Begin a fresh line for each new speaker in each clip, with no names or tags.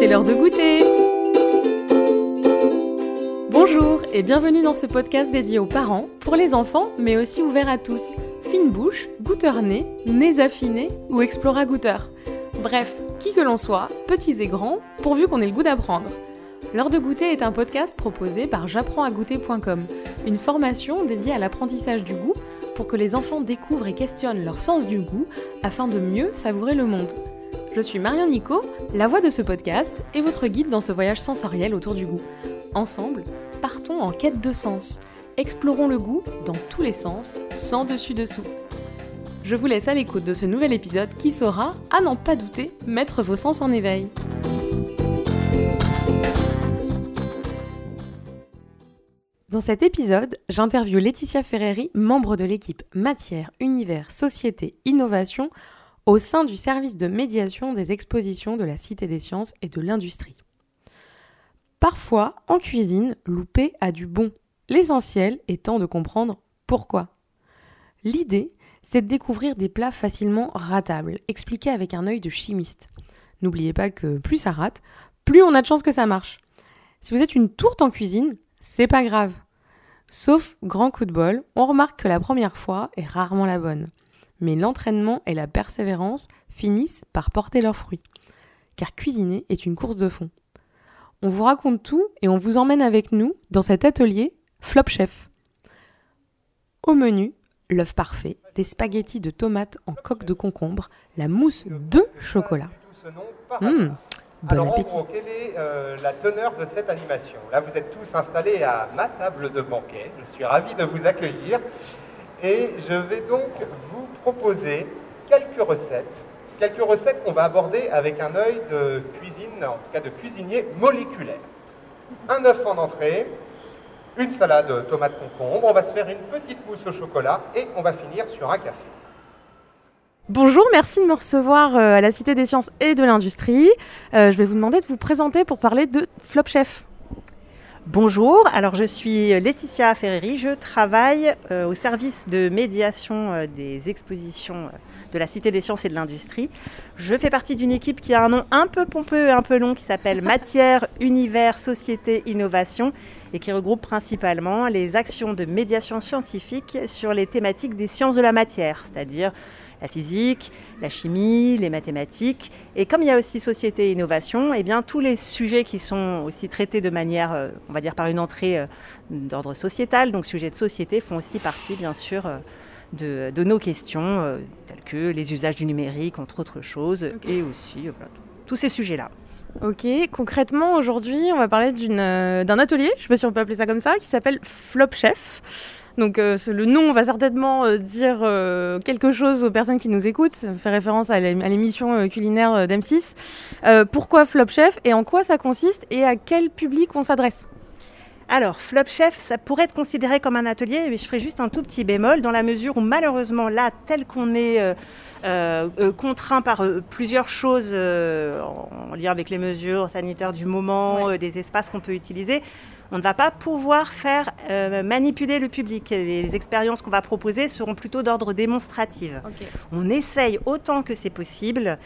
c'est l'heure de goûter! Bonjour et bienvenue dans ce podcast dédié aux parents, pour les enfants, mais aussi ouvert à tous. Fine bouche, goûteur nez, nez affinés ou explora-goûteur. Bref, qui que l'on soit, petits et grands, pourvu qu'on ait le goût d'apprendre. L'heure de goûter est un podcast proposé par j'apprends-à-goûter.com, une formation dédiée à l'apprentissage du goût pour que les enfants découvrent et questionnent leur sens du goût afin de mieux savourer le monde. Je suis Marion Nico, la voix de ce podcast et votre guide dans ce voyage sensoriel autour du goût. Ensemble, partons en quête de sens. Explorons le goût dans tous les sens, sans dessus-dessous. Je vous laisse à l'écoute de ce nouvel épisode qui saura, à n'en pas douter, mettre vos sens en éveil. Dans cet épisode, j'interviewe Laetitia Ferreri, membre de l'équipe Matière, Univers, Société, Innovation, au sein du service de médiation des expositions de la Cité des Sciences et de l'Industrie. Parfois, en cuisine, louper a du bon, l'essentiel étant de comprendre pourquoi. L'idée, c'est de découvrir des plats facilement ratables, expliqués avec un œil de chimiste. N'oubliez pas que plus ça rate, plus on a de chances que ça marche. Si vous êtes une tourte en cuisine, c'est pas grave. Sauf grand coup de bol, on remarque que la première fois est rarement la bonne. Mais l'entraînement et la persévérance finissent par porter leurs fruits. Car cuisiner est une course de fond. On vous raconte tout et on vous emmène avec nous dans cet atelier Flop Chef. Au menu, l'œuf parfait, des spaghettis de tomates en coque de concombre, la mousse de chocolat. Bon
Alors,
appétit.
en gros, quelle est la teneur de cette animation? Là, vous êtes tous installés à ma table de banquet. Je suis ravi de vous accueillir. Et je vais donc vous proposer quelques recettes qu'on va aborder avec un œil de cuisine, en tout cas de cuisinier moléculaire. Un œuf en entrée, une salade tomate concombre, on va se faire une petite mousse au chocolat et on va finir sur un café.
Bonjour, merci de me recevoir à la Cité des Sciences et de l'Industrie. Je vais vous demander de vous présenter pour parler de Flop Chef.
Bonjour, alors je suis Laetitia Ferreri, je travaille au service de médiation des expositions de la Cité des Sciences et de l'Industrie. Je fais partie d'une équipe qui a un nom un peu pompeux et un peu long qui s'appelle Matière, Univers, Société, Innovation et qui regroupe principalement les actions de médiation scientifique sur les thématiques des sciences de la matière, c'est-à-dire la physique, la chimie, les mathématiques. Et comme il y a aussi société et innovation, eh bien, tous les sujets qui sont aussi traités de manière, on va dire par une entrée d'ordre sociétal, donc sujets de société, font aussi partie, bien sûr, de nos questions, telles que les usages du numérique, entre autres choses, et aussi voilà, tous ces sujets-là.
Ok, concrètement, aujourd'hui, on va parler d'un atelier, je ne sais pas si on peut appeler ça comme ça, qui s'appelle Flop Chef. Donc le nom va certainement dire quelque chose aux personnes qui nous écoutent. Ça fait référence à l'émission culinaire d'M6. Pourquoi Flop Chef et en quoi ça consiste et à quel public on s'adresse?
Alors, Flop Chef, ça pourrait être considéré comme un atelier, mais je ferai juste un tout petit bémol, dans la mesure où malheureusement, là, tel qu'on est contraint par plusieurs choses en lien avec les mesures sanitaires du moment, des espaces qu'on peut utiliser, on ne va pas pouvoir faire manipuler le public. Les expériences qu'on va proposer seront plutôt d'ordre démonstratif. Okay. On essaye autant que c'est possible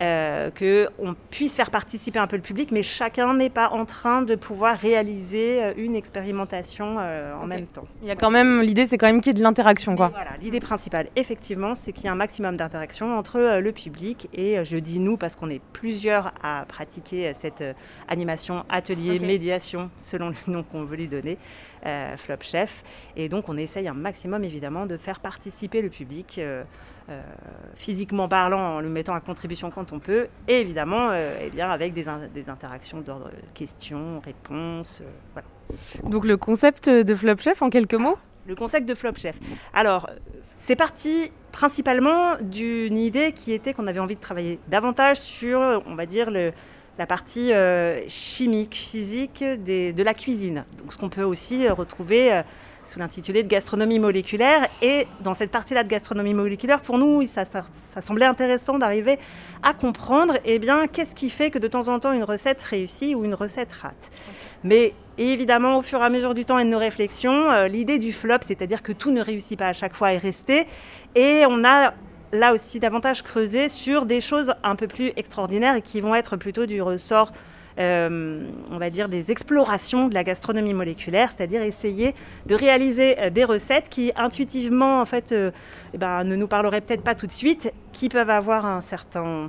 qu'on puisse faire participer un peu le public, mais chacun n'est pas en train de pouvoir réaliser une expérimentation en même temps.
Il y a quand même, l'idée, c'est quand même qu'il y ait de l'interaction, quoi.
Voilà, l'idée principale, effectivement, c'est qu'il y ait un maximum d'interaction entre le public et je dis nous parce qu'on est plusieurs à pratiquer cette animation atelier médiation selon le nom qu'on veut lui donner, Flop Chef. Et donc, on essaye un maximum, évidemment, de faire participer le public physiquement parlant, en le mettant à contribution quand on peut, et évidemment, eh bien, avec des interactions d'ordre questions, réponses, voilà.
Donc, le concept de Flop Chef, en quelques mots?
Le concept de Flop Chef. Alors, c'est parti principalement d'une idée qui était qu'on avait envie de travailler davantage sur, on va dire, la partie chimique, physique de la cuisine. Donc, ce qu'on peut aussi retrouver sous l'intitulé de gastronomie moléculaire. Et dans cette partie-là de gastronomie moléculaire, pour nous, ça semblait intéressant d'arriver à comprendre qu'est-ce qui fait que de temps en temps, une recette réussit ou une recette rate. Mais évidemment, au fur et à mesure du temps et de nos réflexions, l'idée du flop, c'est-à-dire que tout ne réussit pas à chaque fois, est restée. Et on a là aussi davantage creusé sur des choses un peu plus extraordinaires et qui vont être plutôt du ressort on va dire, des explorations de la gastronomie moléculaire, c'est-à-dire essayer de réaliser des recettes qui, intuitivement, en fait, ne nous parleraient peut-être pas tout de suite, qui peuvent avoir un certain,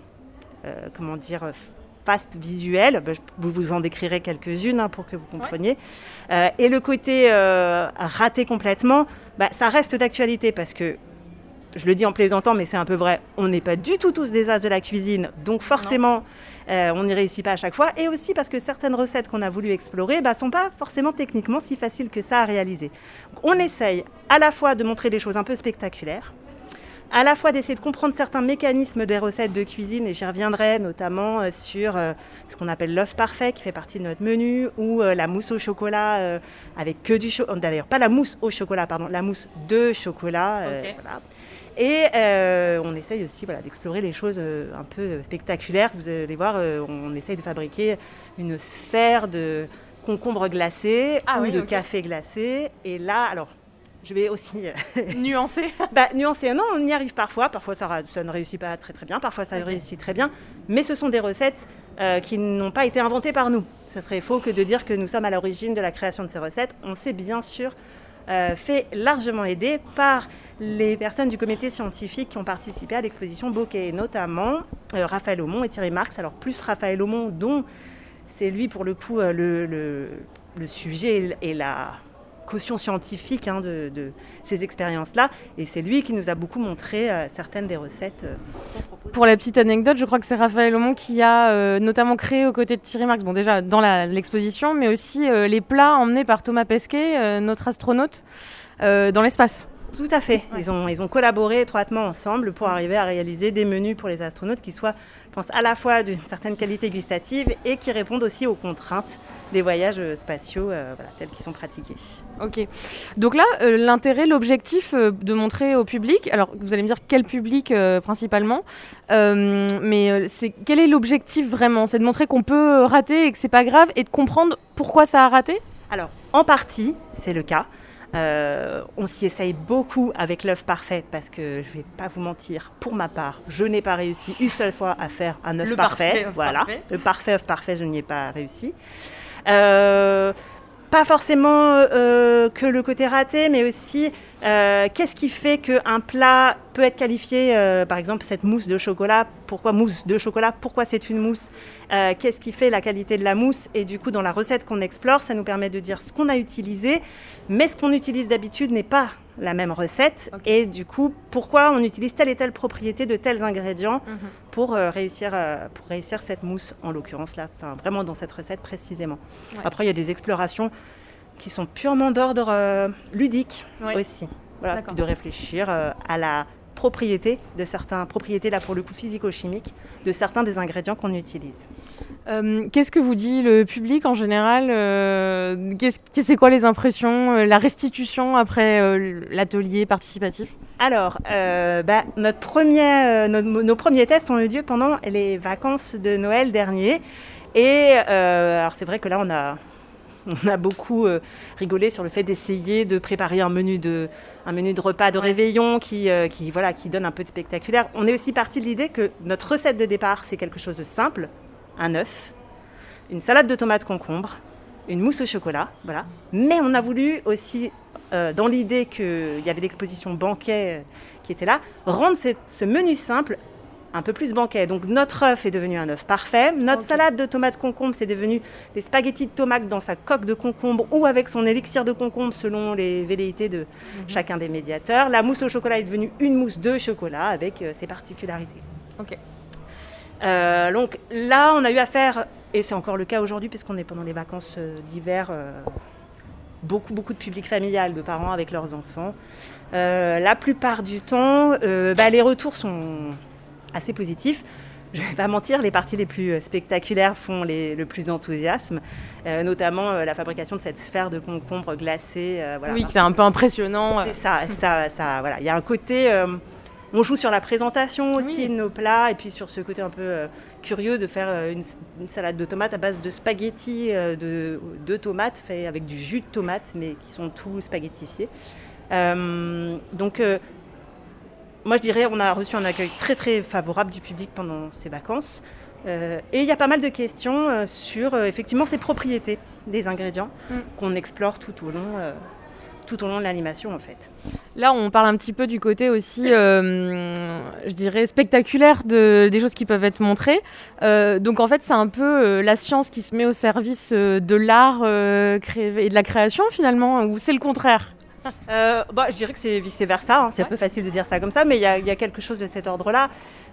faste visuel. Vous en décrirez quelques-unes pour que vous compreniez. Ouais. Et le côté raté complètement, ça reste d'actualité parce que, je le dis en plaisantant, mais c'est un peu vrai, on n'est pas du tout tous des as de la cuisine, donc forcément, on n'y réussit pas à chaque fois. Et aussi parce que certaines recettes qu'on a voulu explorer ne sont pas forcément techniquement si faciles que ça à réaliser. Donc, on essaye à la fois de montrer des choses un peu spectaculaires, à la fois d'essayer de comprendre certains mécanismes des recettes de cuisine, et j'y reviendrai notamment sur ce qu'on appelle l'œuf parfait, qui fait partie de notre menu, ou la mousse au chocolat avec que du chocolat. D'ailleurs, pas la mousse au chocolat, pardon, la mousse de chocolat. Okay. Voilà. Et on essaye aussi d'explorer les choses un peu spectaculaires. Vous allez voir, on essaye de fabriquer une sphère de concombre glacé ou de café glacé. Et là, alors, je vais aussi...
Nuancer
Nuancer, non, on y arrive parfois. Parfois, ça ne réussit pas très très bien. Parfois, ça réussit très bien. Mais ce sont des recettes qui n'ont pas été inventées par nous. Ce serait faux que de dire que nous sommes à l'origine de la création de ces recettes. On s'est bien sûr fait largement aider par les personnes du comité scientifique qui ont participé à l'exposition Bocquet, et notamment Raphaël Aumont et Thierry Marx. Alors plus Raphaël Aumont, dont c'est lui pour le coup le sujet et la caution scientifique de ces expériences-là, et c'est lui qui nous a beaucoup montré certaines des recettes.
Pour la petite anecdote, je crois que c'est Raphaël Aumont qui a notamment créé aux côtés de Thierry Marx, déjà dans l'exposition, mais aussi les plats emmenés par Thomas Pesquet, notre astronaute, dans l'espace.
Tout à fait. Ouais. Ils ont collaboré étroitement ensemble pour arriver à réaliser des menus pour les astronautes qui soient, je pense, à la fois d'une certaine qualité gustative et qui répondent aussi aux contraintes des voyages spatiaux tels qu'ils sont pratiqués.
Ok. Donc là, l'intérêt, l'objectif de montrer au public, alors vous allez me dire quel public principalement, mais quel est l'objectif vraiment ? C'est de montrer qu'on peut rater et que c'est pas grave et de comprendre pourquoi ça a raté ?
Alors, en partie, c'est le cas. On s'y essaye beaucoup avec l'œuf parfait parce que je ne vais pas vous mentir, pour ma part, je n'ai pas réussi une seule fois à faire un œuf parfait. Le parfait œuf parfait, je n'y ai pas réussi. Pas forcément que le côté raté, mais aussi qu'est-ce qui fait qu'un plat peut être qualifié, par exemple cette mousse de chocolat, pourquoi mousse de chocolat, pourquoi c'est une mousse, qu'est-ce qui fait la qualité de la mousse, et du coup dans la recette qu'on explore, ça nous permet de dire ce qu'on a utilisé, mais ce qu'on utilise d'habitude n'est pas la même recette, et du coup pourquoi on utilise telle et telle propriété de tels ingrédients pour réussir cette mousse, en l'occurrence là, vraiment dans cette recette précisément. Ouais. Après il y a des explorations qui sont purement d'ordre ludique aussi, puis de réfléchir à la propriété de certains propriétés là pour le coup physico-chimiques de certains des ingrédients qu'on utilise.
Qu'est-ce que vous dit le public en général c'est quoi les impressions, la restitution après l'atelier participatif ?
Alors, nos premiers tests ont eu lieu pendant les vacances de Noël dernier. Et alors c'est vrai que là, on a beaucoup rigolé sur le fait d'essayer de préparer un menu de repas de réveillon qui donne un peu de spectaculaire. On est aussi parti de l'idée que notre recette de départ, c'est quelque chose de simple, un œuf, une salade de tomates concombre, une mousse au chocolat, voilà. Mais on a voulu aussi, dans l'idée qu'il y avait l'exposition banquet qui était là, rendre ce menu simple un peu plus banquet. Donc notre œuf est devenu un œuf parfait. Notre salade de tomates concombre, c'est devenu des spaghettis de tomates dans sa coque de concombre ou avec son élixir de concombre selon les velléités de chacun des médiateurs. La mousse au chocolat est devenue une mousse de chocolat avec ses particularités.
Ok.
Donc là, on a eu affaire, et c'est encore le cas aujourd'hui puisqu'on est pendant les vacances d'hiver, beaucoup de public familial, de parents avec leurs enfants. La plupart du temps, les retours sont assez positifs. Je ne vais pas mentir, les parties les plus spectaculaires font le plus d'enthousiasme, notamment la fabrication de cette sphère de concombre glacée.
Oui, c'est un peu impressionnant.
C'est ça, voilà. Il y a un côté... on joue sur la présentation aussi de nos plats, et puis sur ce côté un peu curieux de faire une salade de tomates à base de spaghettis de tomates, fait avec du jus de tomates, mais qui sont tout spaghettifiés. Moi, je dirais on a reçu un accueil très, très favorable du public pendant ces vacances. Et il y a pas mal de questions sur effectivement ces propriétés des ingrédients qu'on explore tout au long de l'animation en fait.
Là, on parle un petit peu du côté aussi, je dirais, spectaculaire des choses qui peuvent être montrées. Donc en fait, c'est un peu la science qui se met au service de l'art et de la création finalement, ou c'est le contraire ?
Je dirais que c'est vice-versa, hein. C'est un peu facile de dire ça comme ça, mais il y a quelque chose de cet ordre-là.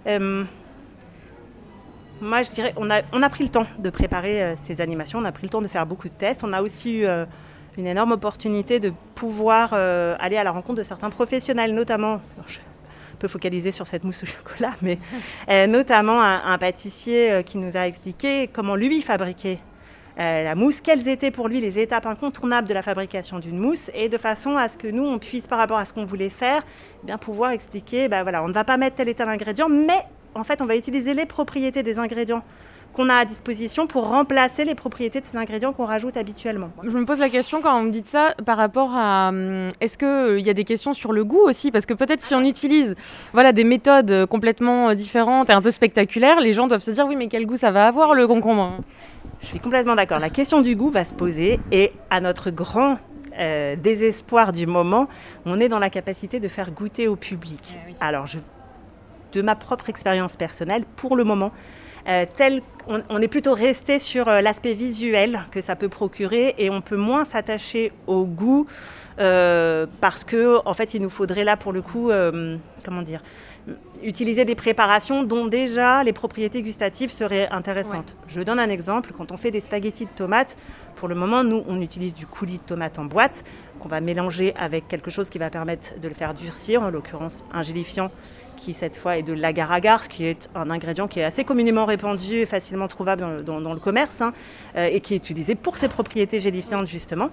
Moi, je dirais, on a pris le temps de préparer ces animations, on a pris le temps de faire beaucoup de tests. On a aussi eu une énorme opportunité de pouvoir aller à la rencontre de certains professionnels, notamment, je peux focaliser sur cette mousse au chocolat, mais notamment un pâtissier qui nous a expliqué comment lui fabriquait la mousse, quelles étaient pour lui les étapes incontournables de la fabrication d'une mousse, et de façon à ce que nous, on puisse, par rapport à ce qu'on voulait faire, bien pouvoir expliquer, on ne va pas mettre tel et tel ingrédient, mais en fait, on va utiliser les propriétés des ingrédients qu'on a à disposition pour remplacer les propriétés de ces ingrédients qu'on rajoute habituellement.
Je me pose la question quand on me dit ça par rapport à... Est-ce qu'il y a des questions sur le goût aussi ? Parce que peut-être si on utilise des méthodes complètement différentes et un peu spectaculaires, les gens doivent se dire « Oui, mais quel goût ça va avoir le concombre ?»
Je suis complètement d'accord. La question du goût va se poser et à notre grand désespoir du moment, on est dans la capacité de faire goûter au public. Oui. Alors, de ma propre expérience personnelle, pour le moment, on est plutôt resté sur l'aspect visuel que ça peut procurer et on peut moins s'attacher au goût parce que en fait il nous faudrait là pour le coup utiliser des préparations dont déjà les propriétés gustatives seraient intéressantes. Ouais. Je donne un exemple, quand on fait des spaghettis de tomates, pour le moment nous on utilise du coulis de tomate en boîte qu'on va mélanger avec quelque chose qui va permettre de le faire durcir, en l'occurrence un gélifiant qui cette fois est de l'agar-agar, ce qui est un ingrédient qui est assez communément répandu et facilement trouvable dans le commerce et qui est utilisé pour ses propriétés gélifiantes justement.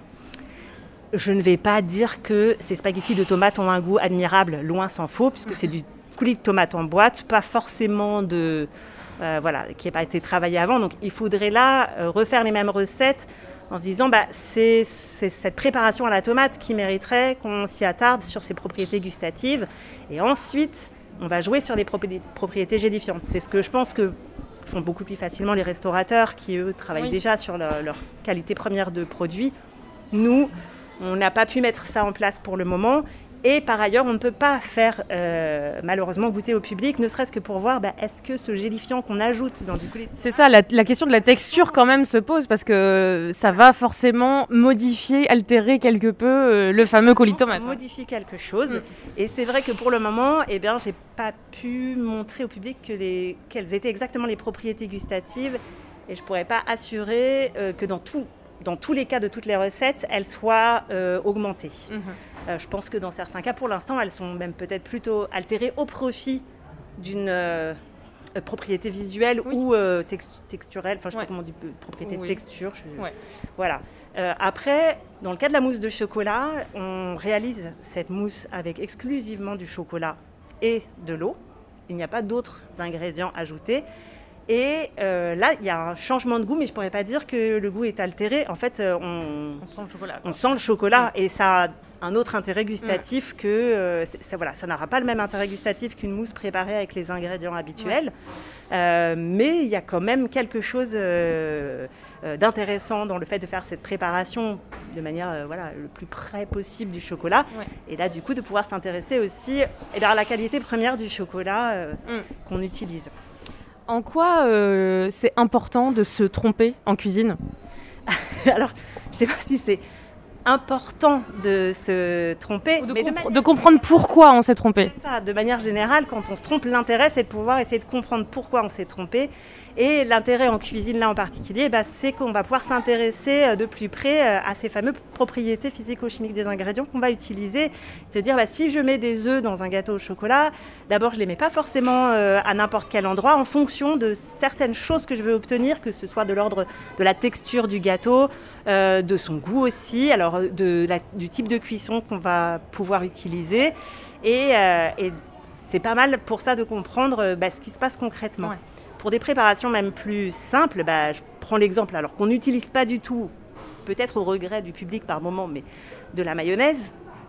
Je ne vais pas dire que ces spaghettis de tomates ont un goût admirable, loin s'en faut, puisque c'est du coulis de tomate en boîte, pas forcément qui n'a pas été travaillé avant. Donc il faudrait là refaire les mêmes recettes en se disant c'est cette préparation à la tomate qui mériterait qu'on s'y attarde sur ses propriétés gustatives. Et ensuite, on va jouer sur les propriétés gélifiantes. C'est ce que je pense que font beaucoup plus facilement les restaurateurs qui, eux, travaillent déjà sur leur qualité première de produit. Nous, on n'a pas pu mettre ça en place pour le moment. Et par ailleurs, on ne peut pas faire malheureusement goûter au public, ne serait-ce que pour voir est-ce que ce gélifiant qu'on ajoute dans du coulis...
C'est ça, la question de la texture quand même se pose parce que ça va forcément modifier, altérer quelque peu le fameux coulis de tomate.
Ça modifie quelque chose. Et c'est vrai que pour le moment, j'ai pas pu montrer au public quelles étaient exactement les propriétés gustatives et je pourrais pas assurer que dans tous les cas de toutes les recettes, elles soient augmentées. Je pense que dans certains cas, pour l'instant, elles sont même peut-être plutôt altérées au profit d'une propriété visuelle ou texturelle. Enfin, je ne sais pas comment on dit, propriété de texture. Voilà. Après, dans le cas de la mousse de chocolat, on réalise cette mousse avec exclusivement du chocolat et de l'eau. Il n'y a pas d'autres ingrédients ajoutés. Et là, il y a un changement de goût, mais je ne pourrais pas dire que le goût est altéré. En fait, on
sent le chocolat.
On sent le chocolat et ça a un autre intérêt gustatif que... ça n'aura pas le même intérêt gustatif qu'une mousse préparée avec les ingrédients habituels. Mais il y a quand même quelque chose d'intéressant dans le fait de faire cette préparation de manière le plus près possible du chocolat. Et là, du coup, de pouvoir s'intéresser aussi à la qualité première du chocolat qu'on utilise.
En quoi c'est important de se tromper en cuisine ?
Alors, je ne sais pas si c'est important de se tromper,
de comprendre pourquoi on s'est trompé.
C'est ça, de manière générale, quand on se trompe, l'intérêt, c'est de pouvoir essayer de comprendre pourquoi on s'est trompé. Et l'intérêt en cuisine, là en particulier, c'est qu'on va pouvoir s'intéresser de plus près à ces fameuses propriétés physico-chimiques des ingrédients qu'on va utiliser. Se dire, si je mets des œufs dans un gâteau au chocolat, d'abord, je ne les mets pas forcément à n'importe quel endroit en fonction de certaines choses que je veux obtenir, que ce soit de l'ordre de la texture du gâteau, de son goût aussi, alors du type de cuisson qu'on va pouvoir utiliser. Et c'est pas mal pour ça de comprendre ce qui se passe concrètement. Pour des préparations même plus simples, je prends l'exemple, alors qu'on n'utilise pas du tout, peut-être au regret du public par moment, mais de la mayonnaise.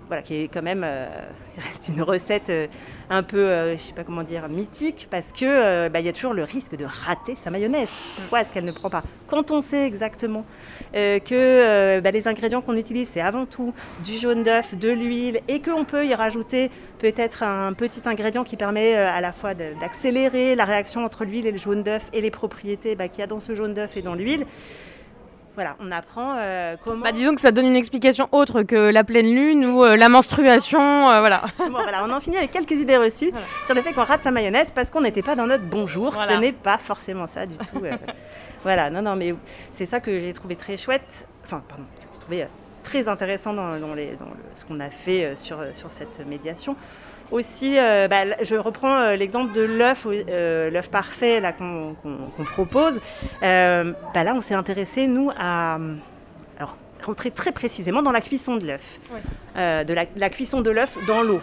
voilà, qui est quand même reste une recette un peu, je sais pas comment dire, mythique, parce que y a toujours le risque de rater sa mayonnaise. Pourquoi est-ce qu'elle ne prend pas? Quand on sait exactement que les ingrédients qu'on utilise, c'est avant tout du jaune d'œuf, de l'huile, et qu'on peut y rajouter peut-être un petit ingrédient qui permet à la fois d'accélérer la réaction entre l'huile et le jaune d'œuf et les propriétés qu'il y a dans ce jaune d'œuf et dans l'huile. Voilà, on apprend comment...
disons que ça donne une explication autre que la pleine lune ou la menstruation, voilà.
Bon, voilà, on en finit avec quelques idées reçues sur le fait qu'on rate sa mayonnaise parce qu'on n'était pas dans notre bonjour. Voilà. Ce n'est pas forcément ça du tout. Voilà, non, mais c'est ça que j'ai trouvé très chouette. Enfin, pardon, que j'ai trouvé très intéressant dans ce qu'on a fait sur cette médiation. Aussi, je reprends l'exemple de l'œuf parfait là, qu'on propose. Là, on s'est intéressé, nous, à rentrer très précisément dans la cuisson de l'œuf. Oui. De la cuisson de l'œuf dans l'eau.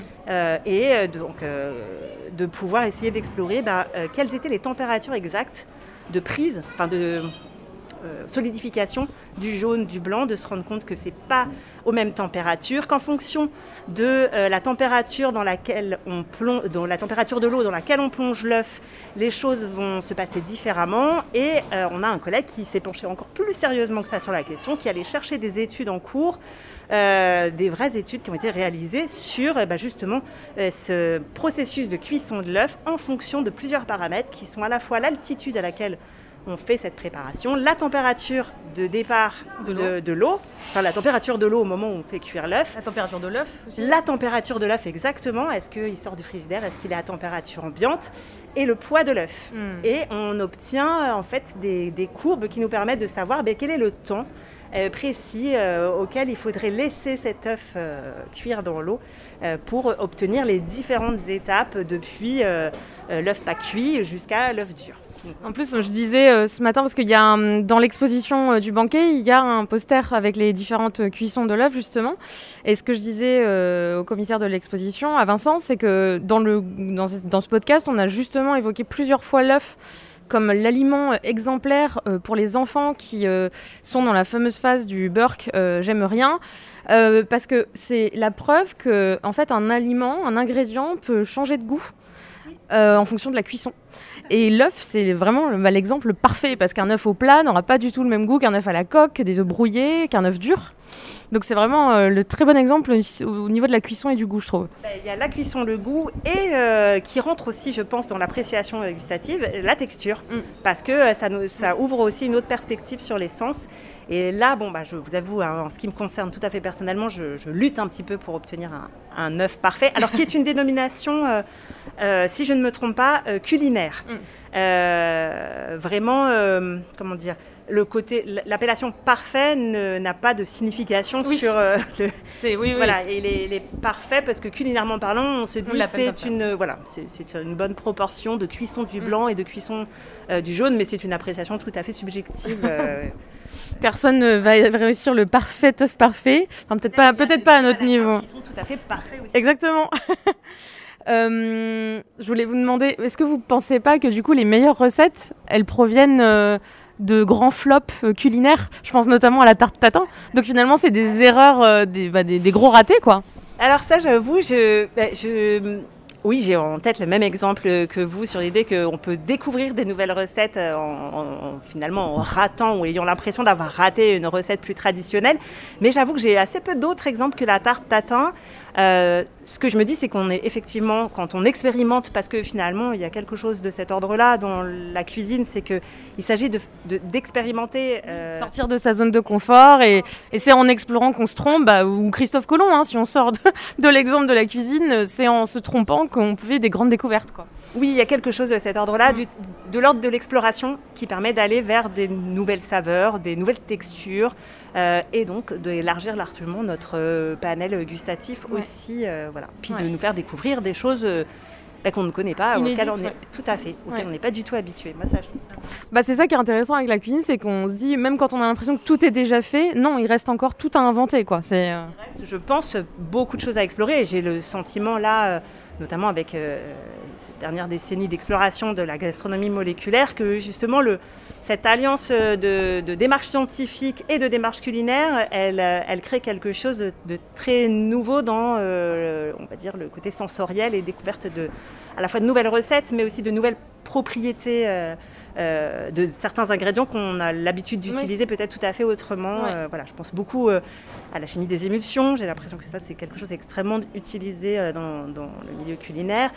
De pouvoir essayer d'explorer quelles étaient les températures exactes de prise, de solidification du jaune, du blanc, de se rendre compte que c'est pas aux mêmes températures, qu'en fonction de la température dans laquelle on plonge, dans la température de l'eau dans laquelle on plonge l'œuf, les choses vont se passer différemment. Et on a un collègue qui s'est penché encore plus sérieusement que ça sur la question, qui allait chercher des études en cours, des vraies études qui ont été réalisées sur justement ce processus de cuisson de l'œuf en fonction de plusieurs paramètres qui sont à la fois l'altitude à laquelle on fait cette préparation, la température de départ de l'eau, la température de l'eau au moment où on fait cuire l'œuf.
La température de l'œuf aussi.
La température de l'œuf, exactement. Est-ce qu'il sort du frigidaire? Est-ce qu'il est à température ambiante? Et le poids de l'œuf. Et on obtient en fait des courbes qui nous permettent de savoir quel est le temps précis auquel il faudrait laisser cet œuf cuire dans l'eau pour obtenir les différentes étapes depuis l'œuf pas cuit jusqu'à l'œuf dur.
En plus, je disais ce matin, parce qu'il y a dans l'exposition du banquet, il y a un poster avec les différentes cuissons de l'œuf, justement. Et ce que je disais au commissaire de l'exposition, à Vincent, c'est que dans ce podcast, on a justement évoqué plusieurs fois l'œuf comme l'aliment exemplaire pour les enfants qui sont dans la fameuse phase du Burke j'aime rien, parce que c'est la preuve que en fait, un ingrédient peut changer de goût en fonction de la cuisson. Et l'œuf, c'est vraiment l'exemple parfait, parce qu'un œuf au plat n'aura pas du tout le même goût qu'un œuf à la coque, des œufs brouillés, qu'un œuf dur. Donc c'est vraiment le très bon exemple au niveau de la cuisson et du goût, je trouve.
Il y a la cuisson, le goût, et qui rentre aussi, je pense, dans l'appréciation gustative, la texture, parce que ça ouvre aussi une autre perspective sur les sens. Et là, je vous avoue, en ce qui me concerne tout à fait personnellement, je lutte un petit peu pour obtenir un œuf parfait, alors qui est une dénomination, si je ne me trompe pas, culinaire. Vraiment, comment dire, l'appellation parfait n'a pas de signification sur voilà, et il est parfait parce que culinairement parlant, on se dit c'est une bonne proportion de cuisson du blanc et de cuisson du jaune, mais c'est une appréciation tout à fait subjective.
Personne ne va réussir le parfait œuf parfait. Enfin, peut-être pas à notre niveau.
Ils sont tout à fait parfaits aussi.
Exactement. Je voulais vous demander, est-ce que vous ne pensez pas que du coup les meilleures recettes, elles proviennent de grands flops culinaires? Je pense notamment à la tarte tatin. Donc finalement, c'est des erreurs, des gros ratés, quoi. Alors
ça, j'avoue, oui, j'ai en tête le même exemple que vous sur l'idée qu'on peut découvrir des nouvelles recettes finalement en ratant ou ayant l'impression d'avoir raté une recette plus traditionnelle. Mais j'avoue que j'ai assez peu d'autres exemples que la tarte tatin. Ce que je me dis, c'est qu'on est effectivement, quand on expérimente, parce que finalement, il y a quelque chose de cet ordre-là dans la cuisine, c'est qu'il s'agit d'expérimenter.
Sortir de sa zone de confort, et c'est en explorant qu'on se trompe, ou Christophe Colomb, si on sort de l'exemple de la cuisine, c'est en se trompant qu'on fait des grandes découvertes, quoi.
Oui, il y a quelque chose de cet ordre-là, de l'ordre de l'exploration, qui permet d'aller vers des nouvelles saveurs, des nouvelles textures, et donc d'élargir largement notre panel gustatif aussi, voilà. Puis de nous faire découvrir des choses qu'on ne connaît pas, auxquelles on n'est pas du tout habitué. Moi, ça, je trouve ça.
C'est ça qui est intéressant avec la cuisine, c'est qu'on se dit, même quand on a l'impression que tout est déjà fait, non, il reste encore tout à inventer, quoi. Il
reste, je pense, beaucoup de choses à explorer, et j'ai le sentiment là, notamment avec dernières décennies d'exploration de la gastronomie moléculaire que justement cette alliance de démarche scientifique et de démarche culinaire, elle crée quelque chose de très nouveau dans, on va dire, le côté sensoriel et découverte à la fois de nouvelles recettes, mais aussi de nouvelles propriétés de certains ingrédients qu'on a l'habitude d'utiliser peut-être tout à fait autrement. Voilà, je pense beaucoup à la chimie des émulsions. J'ai l'impression que ça, c'est quelque chose d'extrêmement utilisé dans le milieu culinaire.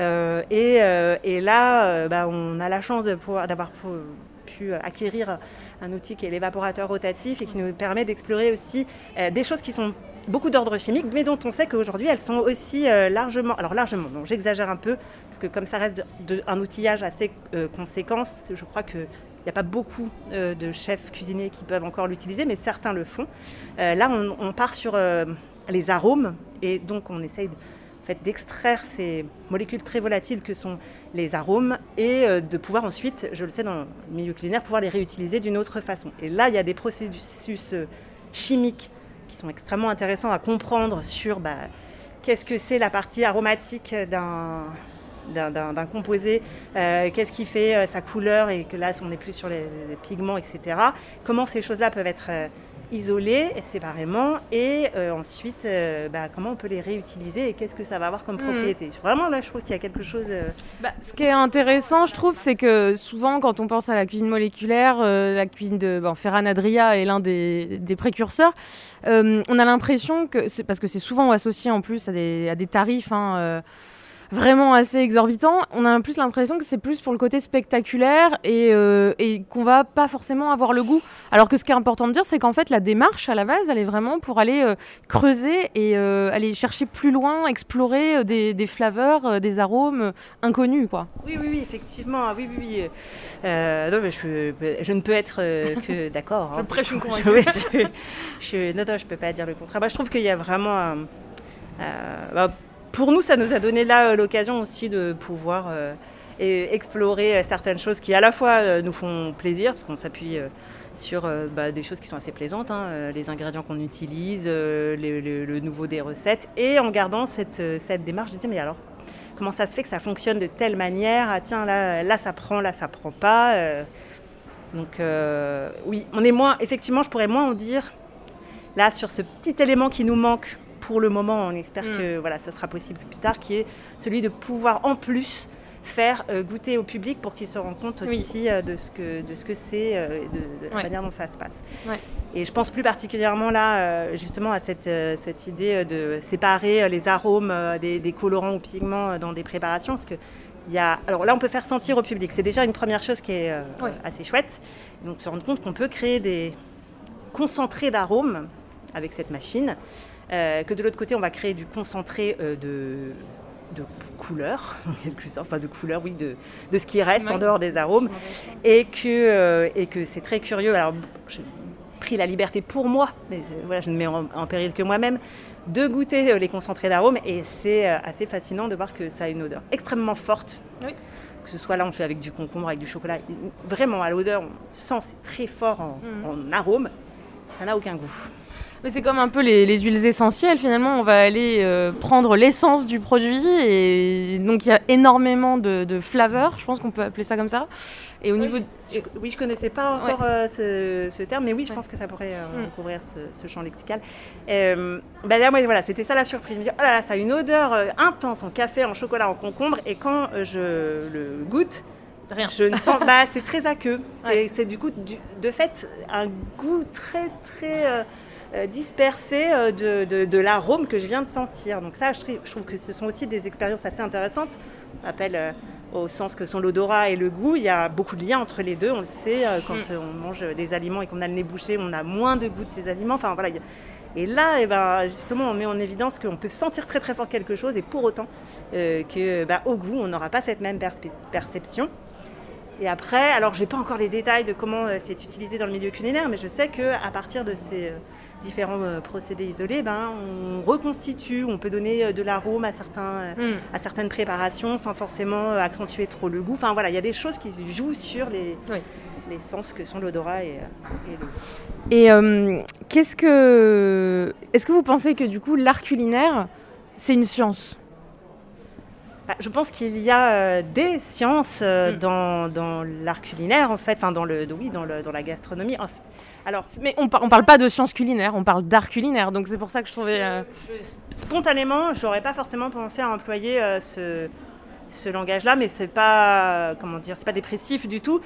Et là, on a la chance d'avoir pu acquérir un outil qui est l'évaporateur rotatif et qui nous permet d'explorer aussi des choses qui sont beaucoup d'ordre chimique, mais dont on sait qu'aujourd'hui, elles sont aussi largement, donc j'exagère un peu, parce que comme ça reste un outillage assez conséquent, je crois qu'il n'y a pas beaucoup de chefs cuisiniers qui peuvent encore l'utiliser, mais certains le font. Là, on part sur les arômes, et donc on essaye d'extraire ces molécules très volatiles que sont les arômes et de pouvoir ensuite, je le sais dans le milieu culinaire, pouvoir les réutiliser d'une autre façon. Et là, il y a des processus chimiques qui sont extrêmement intéressants à comprendre sur qu'est-ce que c'est la partie aromatique d'un composé, qu'est-ce qui fait sa couleur et que là, on n'est plus sur les pigments, etc. Comment ces choses-là peuvent être isolées séparément et ensuite comment on peut les réutiliser et qu'est-ce que ça va avoir comme propriété. Vraiment là je trouve qu'il y a quelque chose
ce qui est intéressant je trouve c'est que souvent quand on pense à la cuisine moléculaire, la cuisine de Ferran Adria est l'un des précurseurs, on a l'impression que c'est parce que c'est souvent associé en plus à des tarifs vraiment assez exorbitant. On a plus l'impression que c'est plus pour le côté spectaculaire et qu'on va pas forcément avoir le goût. Alors que ce qui est important de dire, c'est qu'en fait, la démarche, à la base, elle est vraiment pour aller creuser et aller chercher plus loin, explorer des flaveurs, des arômes inconnus, quoi.
Oui, effectivement. Oui. Non, mais je ne peux être que d'accord.
Je prêche une convaincue.
Je peux pas dire le contraire. Je trouve qu'il y a vraiment... pour nous, ça nous a donné là l'occasion aussi de pouvoir explorer certaines choses qui à la fois nous font plaisir, parce qu'on s'appuie sur des choses qui sont assez plaisantes, les ingrédients qu'on utilise, le nouveau des recettes, et en gardant cette démarche de dire mais alors, comment ça se fait que ça fonctionne de telle manière ? Ah tiens, là ça prend pas. Donc oui, on est moins, effectivement, je pourrais moins en dire là sur ce petit élément qui nous manque. Pour le moment, on espère que ça sera possible plus tard, qui est celui de pouvoir en plus faire goûter au public pour qu'il se rende compte aussi de ce que c'est et de la manière dont ça se passe. Ouais. Et je pense plus particulièrement là justement à cette idée de séparer les arômes des colorants ou pigments dans des préparations, parce que alors là, on peut faire sentir au public. C'est déjà une première chose qui est assez chouette. Donc se rendre compte qu'on peut créer des concentrés d'arômes avec cette machine. Que de l'autre côté, on va créer du concentré de couleurs, de couleurs, de ce qui reste en dehors des arômes, et que c'est très curieux. Alors, j'ai pris la liberté pour moi, mais je ne mets en péril que moi-même, de goûter les concentrés d'arômes, et c'est assez fascinant de voir que ça a une odeur extrêmement forte. Oui. Que ce soit là, on fait avec du concombre, avec du chocolat. Vraiment, à l'odeur, on sent, c'est très fort en arôme. Ça n'a aucun goût.
Mais c'est comme un peu les huiles essentielles, finalement, on va aller prendre l'essence du produit et donc il y a énormément de flavors, je pense qu'on peut appeler ça comme ça. Et au niveau
je connaissais pas encore ce terme, mais je pense que ça pourrait recouvrir ce champ lexical. Là, moi, c'était ça la surprise. Je me dis, oh là là, ça a une odeur intense en café, en chocolat, en concombre, et quand je le goûte,
rien.
Je ne sens c'est très aqueux. C'est du coup, de fait, un goût très, très dispersé de l'arôme que je viens de sentir. Donc ça, je trouve que ce sont aussi des expériences assez intéressantes. On appelle au sens que sont l'odorat et le goût. Il y a beaucoup de liens entre les deux. On le sait, quand on mange des aliments et qu'on a le nez bouché, on a moins de goût de ces aliments. Enfin, voilà. Et là, justement, on met en évidence qu'on peut sentir très très fort quelque chose et pour autant qu'au goût, on n'aura pas cette même perception. Et après, alors je n'ai pas encore les détails de comment c'est utilisé dans le milieu culinaire, mais je sais qu'à partir de ces différents procédés isolés, on reconstitue, on peut donner de l'arôme à certaines préparations sans forcément accentuer trop le goût. Enfin voilà, il y a des choses qui jouent sur les sens que sont l'odorat et le goût.
Et est-ce que vous pensez que du coup l'art culinaire, c'est une science ?
Je pense qu'il y a des sciences dans l'art culinaire, en fait, enfin dans la gastronomie.
Alors, mais on parle pas de sciences culinaires, on parle d'art culinaire, donc c'est pour ça que je trouvais...
Spontanément, j'aurais pas forcément pensé à employer ce langage-là, mais c'est pas, c'est pas dépressif du tout.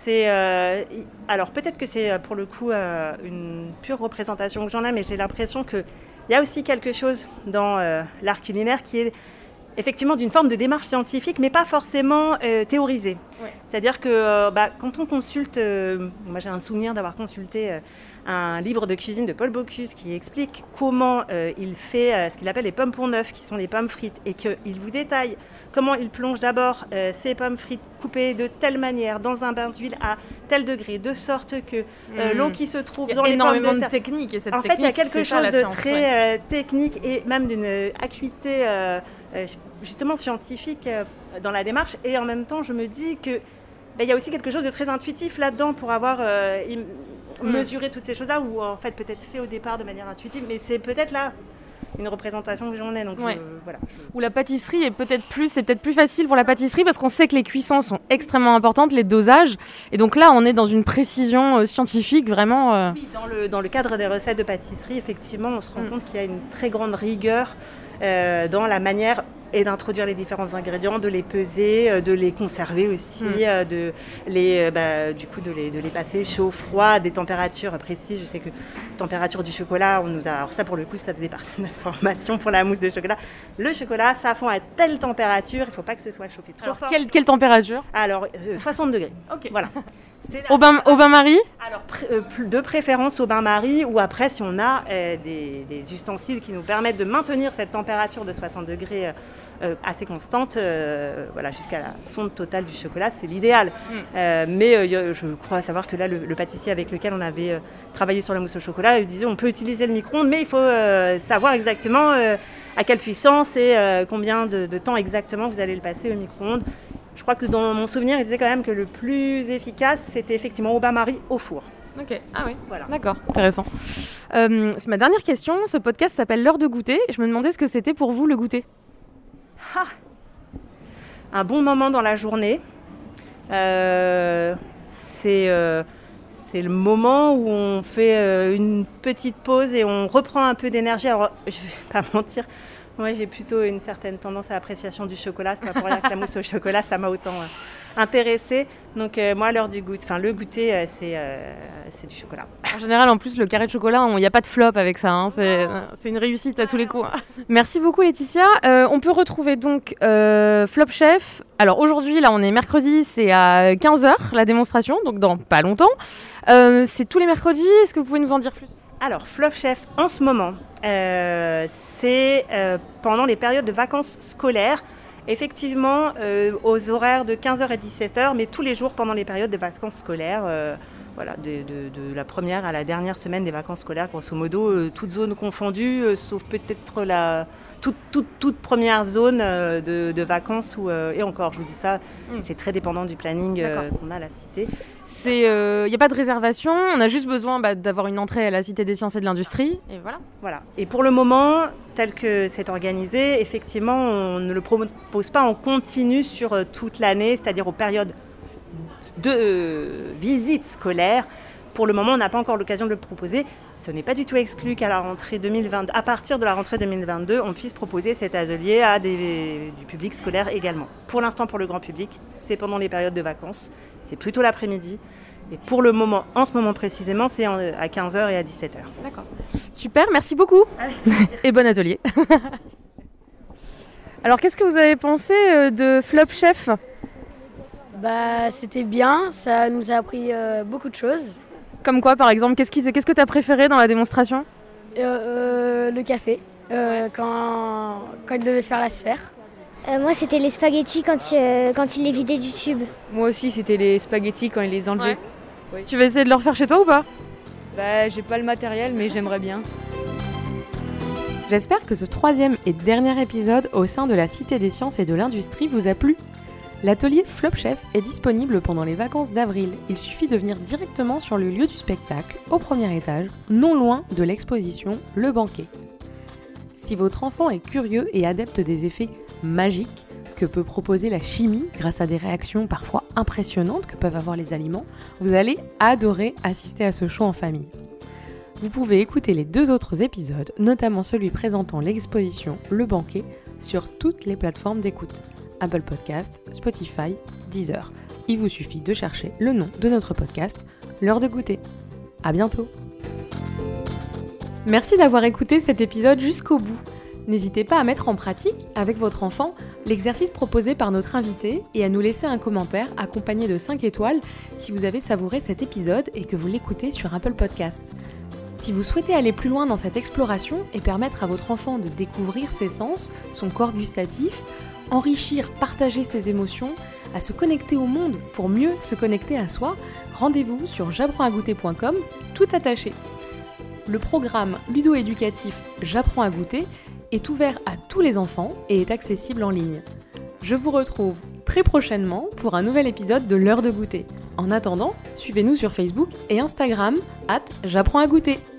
Alors peut-être que c'est pour le coup une pure représentation que j'en ai, mais j'ai l'impression qu'il y a aussi quelque chose dans l'art culinaire qui est effectivement d'une forme de démarche scientifique, mais pas forcément théorisée. Ouais. C'est-à-dire que quand on consulte, moi j'ai un souvenir d'avoir consulté un livre de cuisine de Paul Bocuse qui explique comment il fait ce qu'il appelle les pommes pont-neuf, qui sont les pommes frites, et qu'il vous détaille comment il plonge d'abord ces pommes frites coupées de telle manière dans un bain d'huile à tel degré, de sorte que l'eau qui se trouve dans les pommes de terre... Il y a énormément de
technique, et cette
technique, il y a quelque chose de très technique et même d'une acuité justement scientifique dans la démarche, et en même temps je me dis que il y a aussi quelque chose de très intuitif là-dedans pour avoir mesuré toutes ces choses-là, ou en fait peut-être fait au départ de manière intuitive, mais c'est peut-être là une représentation que j'en ai. Donc voilà.
Ou la pâtisserie c'est peut-être plus facile pour la pâtisserie parce qu'on sait que les cuissons sont extrêmement importantes, les dosages, et donc là on est dans une précision scientifique vraiment.
Oui, dans le cadre des recettes de pâtisserie, effectivement, on se rend compte qu'il y a une très grande rigueur dans la manière et d'introduire les différents ingrédients, de les peser, de les conserver aussi, de les passer chaud, froid, des températures précises. Je sais que la température du chocolat, alors ça pour le coup, ça faisait partie de notre formation pour la mousse de chocolat. Le chocolat, ça fond à telle température, il ne faut pas que ce soit chauffé trop fort.
Quelle température ?
Alors 60 degrés.
Ok.
Voilà.
Au bain-marie ?
Alors, de préférence au bain-marie, ou après, si on a des ustensiles qui nous permettent de maintenir cette température de 60 degrés assez constante, jusqu'à la fonte totale du chocolat, c'est l'idéal. Mais je crois savoir que là, le pâtissier avec lequel on avait travaillé sur la mousse au chocolat, il disait on peut utiliser le micro-ondes, mais il faut savoir exactement à quelle puissance et combien de temps exactement vous allez le passer au micro-ondes. Je crois que dans mon souvenir, il disait quand même que le plus efficace, c'était effectivement au bain-marie, au four.
Ok, ah oui, voilà. D'accord, intéressant. C'est ma dernière question. Ce podcast s'appelle L'heure de goûter. Je me demandais ce que c'était pour vous le goûter.
Un bon moment dans la journée. C'est le moment où on fait une petite pause et on reprend un peu d'énergie. Alors, je ne vais pas mentir. Moi, j'ai plutôt une certaine tendance à l'appréciation du chocolat. C'est pas pour rien que la mousse au chocolat, ça m'a autant intéressée. Donc, moi, l'heure du goûter, le goûter, c'est du chocolat.
En général, en plus, le carré de chocolat, il n'y a pas de flop avec ça. Hein. C'est une réussite à tous les coups. Merci beaucoup, Laetitia. On peut retrouver donc Flop Chef. Alors, aujourd'hui, là, on est mercredi, c'est à 15h, la démonstration, donc dans pas longtemps. C'est tous les mercredis. Est-ce que vous pouvez nous en dire plus ?
Alors, Flop Chef, en ce moment, c'est pendant les périodes de vacances scolaires, effectivement aux horaires de 15h et 17h, mais tous les jours pendant les périodes de vacances scolaires, de la première à la dernière semaine des vacances scolaires, grosso modo, toutes zones confondues, sauf peut-être la toute première zone de vacances, et encore, je vous dis ça, c'est très dépendant du planning qu'on a à la Cité.
Il n'y a pas de réservation, on a juste besoin d'avoir une entrée à la Cité des Sciences et de l'Industrie, et voilà. Et
pour le moment, tel que c'est organisé, effectivement, on ne le propose pas en continu sur toute l'année, c'est-à-dire aux périodes de visite scolaire. Pour le moment, on n'a pas encore l'occasion de le proposer. Ce n'est pas du tout exclu qu'à la rentrée 2022, à partir de la rentrée 2022, on puisse proposer cet atelier à du public scolaire également. Pour l'instant, pour le grand public, c'est pendant les périodes de vacances. C'est plutôt l'après-midi. Et pour le moment, en ce moment précisément, c'est à 15h et à 17h.
D'accord. Super, merci beaucoup. Et bon atelier. Alors, qu'est-ce que vous avez pensé de Flop Chef ?
C'était bien, ça nous a appris beaucoup de choses.
Comme quoi, par exemple, qu'est-ce que tu as préféré dans la démonstration ?
Le café, quand il devait faire la sphère.
Moi, c'était les spaghettis quand il les vidait du tube.
Moi aussi, c'était les spaghettis quand il les enlevait.
Ouais. Oui. Tu vas essayer de le refaire chez toi ou pas ?
J'ai pas le matériel, mais j'aimerais bien.
J'espère que ce 3e et dernier épisode au sein de la Cité des Sciences et de l'Industrie vous a plu. L'atelier Flop Chef est disponible pendant les vacances d'avril. Il suffit de venir directement sur le lieu du spectacle, au premier étage, non loin de l'exposition Le Banquet. Si votre enfant est curieux et adepte des effets magiques, que peut proposer la chimie grâce à des réactions parfois impressionnantes que peuvent avoir les aliments, vous allez adorer assister à ce show en famille. Vous pouvez écouter les 2 autres épisodes, notamment celui présentant l'exposition Le Banquet, sur toutes les plateformes d'écoute. Apple Podcast, Spotify, Deezer. Il vous suffit de chercher le nom de notre podcast, L'heure de goûter. À bientôt. Merci d'avoir écouté cet épisode jusqu'au bout. N'hésitez pas à mettre en pratique, avec votre enfant, l'exercice proposé par notre invité et à nous laisser un commentaire accompagné de 5 étoiles si vous avez savouré cet épisode et que vous l'écoutez sur Apple Podcast. Si vous souhaitez aller plus loin dans cette exploration et permettre à votre enfant de découvrir ses sens, son corps gustatif, enrichir, partager ses émotions, à se connecter au monde pour mieux se connecter à soi, rendez-vous sur j'apprends-à-goûter.com, tout attaché. Le programme ludo-éducatif J'apprends à goûter est ouvert à tous les enfants et est accessible en ligne. Je vous retrouve très prochainement pour un nouvel épisode de l'heure de goûter. En attendant, suivez-nous sur Facebook et Instagram @j'apprends à goûter.